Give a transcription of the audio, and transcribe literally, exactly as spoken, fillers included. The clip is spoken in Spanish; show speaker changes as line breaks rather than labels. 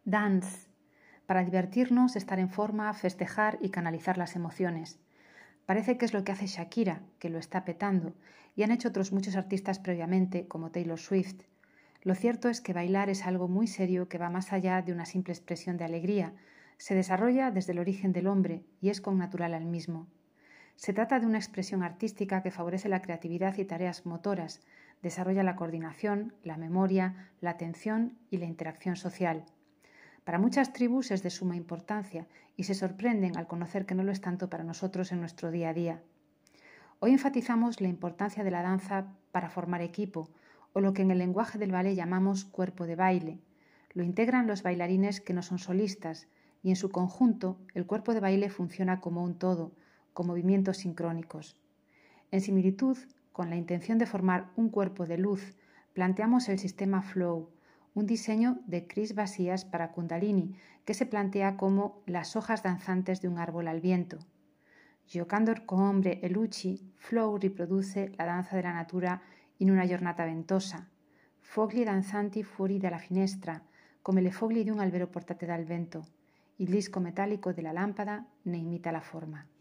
Dance, para divertirnos, estar en forma, festejar y canalizar las emociones. Parece que es lo que hace Shakira, que lo está petando, y han hecho otros muchos artistas previamente, como Taylor Swift. Lo cierto es que bailar es algo muy serio que va más allá de una simple expresión de alegría. Se desarrolla desde el origen del hombre y es connatural al mismo. Se trata de una expresión artística que favorece la creatividad y tareas motoras, desarrolla la coordinación, la memoria, la atención y la interacción social. Para muchas tribus es de suma importancia y se sorprenden al conocer que no lo es tanto para nosotros en nuestro día a día. Hoy enfatizamos la importancia de la danza para formar equipo, o lo que en el lenguaje del ballet llamamos cuerpo de baile. Lo integran los bailarines que no son solistas y en su conjunto el cuerpo de baile funciona como un todo, con movimientos sincrónicos. En similitud con la intención de formar un cuerpo de luz, planteamos el sistema Flow, un diseño de Chris Vacías para Kundalini que se plantea como las hojas danzantes de un árbol al viento. Giocando con ombre e luci, Flow riproduce la danza della natura in una giornata ventosa. Fogli danzanti fuori dalla finestra, come le foglie di un albero portate dal vento. Il disco metallico della lampada ne imita la forma.